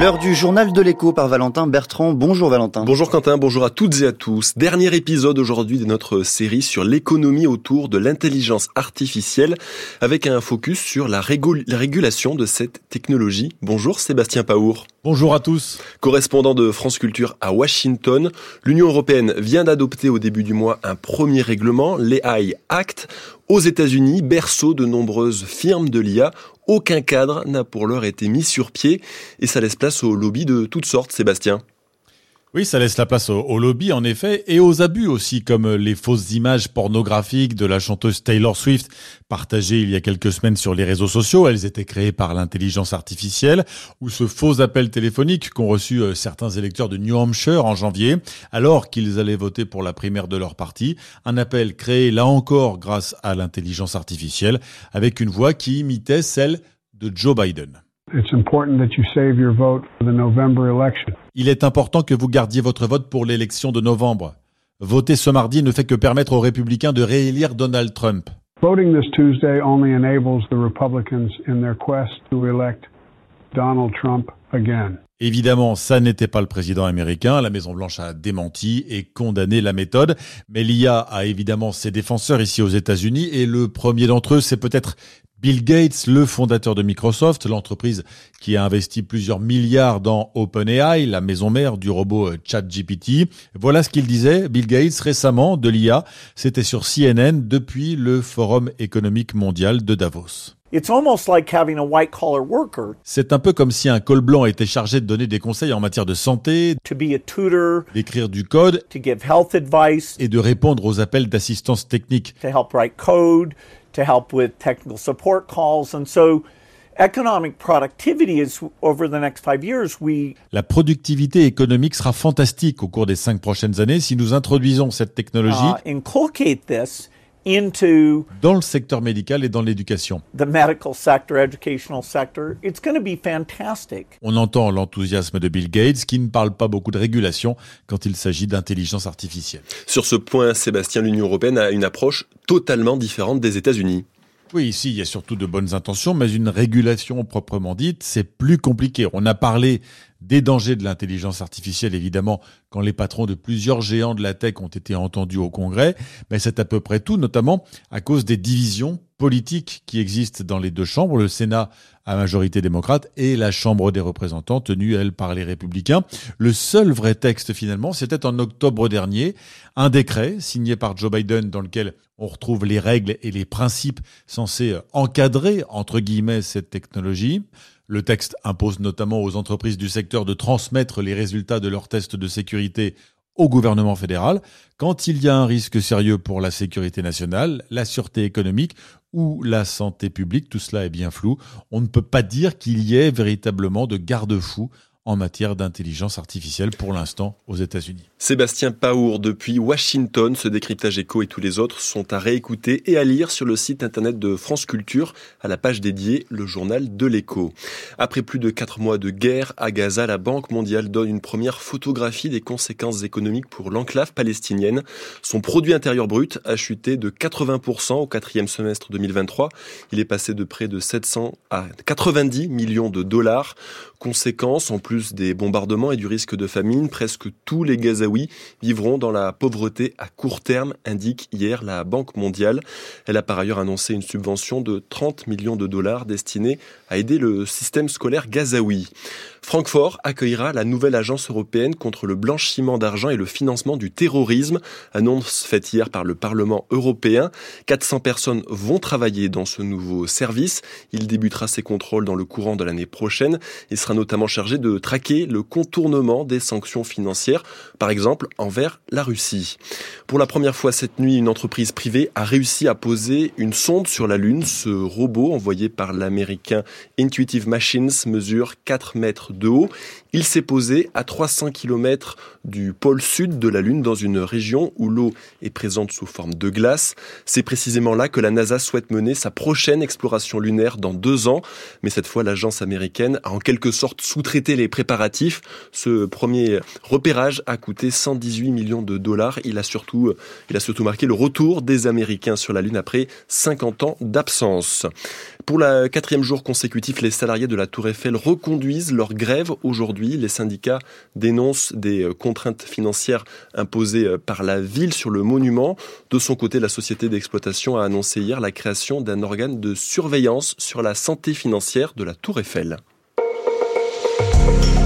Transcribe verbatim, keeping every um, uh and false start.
L'heure du journal de l'écho par Valentin Bertrand. Bonjour Valentin. Bonjour Quentin, bonjour à toutes et à tous. Dernier épisode aujourd'hui de notre série sur l'économie autour de l'intelligence artificielle avec un focus sur la, régul- la régulation de cette technologie. Bonjour Sébastien Paour. Bonjour à tous. Correspondant de France Culture à Washington, l'Union européenne vient d'adopter au début du mois un premier règlement, l'A I Act. Aux États-Unis, berceau de nombreuses firmes de l'I A, aucun cadre n'a pour l'heure été mis sur pied et ça laisse place aux lobbies de toutes sortes, Sébastien. Oui, ça laisse la place au, au lobby en effet et aux abus aussi, comme les fausses images pornographiques de la chanteuse Taylor Swift partagées il y a quelques semaines sur les réseaux sociaux. Elles étaient créées par l'intelligence artificielle, ou ce faux appel téléphonique qu'ont reçu certains électeurs de New Hampshire en janvier, alors qu'ils allaient voter pour la primaire de leur parti. Un appel créé là encore grâce à l'intelligence artificielle, avec une voix qui imitait celle de Joe Biden. It's important that you save your vote for the November election. Il est important que vous gardiez votre vote pour l'élection de novembre. Voter ce mardi ne fait que permettre aux républicains de réélire Donald Trump. Voting this Tuesday only enables the Republicans in their quest to elect Donald Trump again. Évidemment, ça n'était pas le président américain. La Maison-Blanche a démenti et condamné la méthode. Mais l'I A a évidemment ses défenseurs ici aux États-Unis. Et le premier d'entre eux, c'est peut-être Bill Gates, le fondateur de Microsoft, l'entreprise qui a investi plusieurs milliards dans OpenAI, la maison mère du robot ChatGPT. Voilà ce qu'il disait, Bill Gates, récemment, de l'I A. C'était sur C N N depuis le Forum économique mondial de Davos. It's almost like having a white-collar worker. C'est un peu comme si un col blanc était chargé de donner des conseils en matière de santé, To be a tutor, d'écrire du code to give health advice, et de répondre aux appels d'assistance technique. to help write code, to help with technical support calls. And so economic productivity is, over the next five years, we... La productivité économique sera fantastique au cours des cinq prochaines années si nous introduisons cette technologie uh, inculcate this into dans le secteur médical et dans l'éducation. the medical sector, educational sector. It's going to be fantastic. On entend l'enthousiasme de Bill Gates qui ne parle pas beaucoup de régulation quand il s'agit d'intelligence artificielle. Sur ce point, Sébastien, l'Union européenne a une approche totalement différente des États-Unis. Oui, ici, il y a surtout de bonnes intentions, mais une régulation proprement dite, c'est plus compliqué. On a parlé des dangers de l'intelligence artificielle, évidemment, quand les patrons de plusieurs géants de la tech ont été entendus au Congrès, mais c'est à peu près tout, notamment à cause des divisions politiques qui existent dans les deux chambres, le Sénat à majorité démocrate et la Chambre des représentants tenue, elle, par les républicains. Le seul vrai texte, finalement, c'était en octobre dernier, un décret signé par Joe Biden dans lequel on retrouve les règles et les principes censés encadrer, entre guillemets, cette technologie. Le texte impose notamment aux entreprises du secteur de transmettre les résultats de leurs tests de sécurité au gouvernement fédéral quand il y a un risque sérieux pour la sécurité nationale, la sûreté économique ou la santé publique. Tout cela est bien flou. On ne peut pas dire qu'il y ait véritablement de garde-fous en matière d'intelligence artificielle pour l'instant aux États-Unis. Sébastien Paour, depuis Washington, ce décryptage écho et tous les autres sont à réécouter et à lire sur le site internet de France Culture, à la page dédiée Le Journal de l'Écho. Après plus de quatre mois de guerre à Gaza, la Banque mondiale donne une première photographie des conséquences économiques pour l'enclave palestinienne. Son produit intérieur brut a chuté de quatre-vingts pour cent au quatrième semestre deux mille vingt-trois. Il est passé de près de sept cents à quatre-vingt-dix millions de dollars. Conséquence, en plus des bombardements et du risque de famine, presque tous les Gazaouis vivront dans la pauvreté à court terme, indique hier la Banque mondiale. Elle a par ailleurs annoncé une subvention de trente millions de dollars destinée à aider le système scolaire gazaoui. Francfort accueillera la nouvelle agence européenne contre le blanchiment d'argent et le financement du terrorisme, annonce faite hier par le Parlement européen. quatre cents personnes vont travailler dans ce nouveau service. Il débutera ses contrôles dans le courant de l'année prochaine. Il sera notamment chargé de traquer le contournement des sanctions financières, par exemple envers la Russie. Pour la première fois cette nuit, une entreprise privée a réussi à poser une sonde sur la Lune. Ce robot, envoyé par l'américain Intuitive Machines, mesure quatre mètres de haut. Il s'est posé à trois cents kilomètres du pôle sud de la Lune, dans une région où l'eau est présente sous forme de glace. C'est précisément là que la NASA souhaite mener sa prochaine exploration lunaire dans deux ans. Mais cette fois, l'agence américaine a en quelque sorte sous-traité les préparatifs. Ce premier repérage a coûté cent dix-huit millions de dollars. Il a surtout, il a surtout marqué le retour des Américains sur la Lune après cinquante ans d'absence. Pour le quatrième jour consécutif, les salariés de la Tour Eiffel reconduisent leur grève aujourd'hui. Les syndicats dénoncent des contraintes financières imposées par la ville sur le monument. De son côté, la société d'exploitation a annoncé hier la création d'un organe de surveillance sur la santé financière de la Tour Eiffel.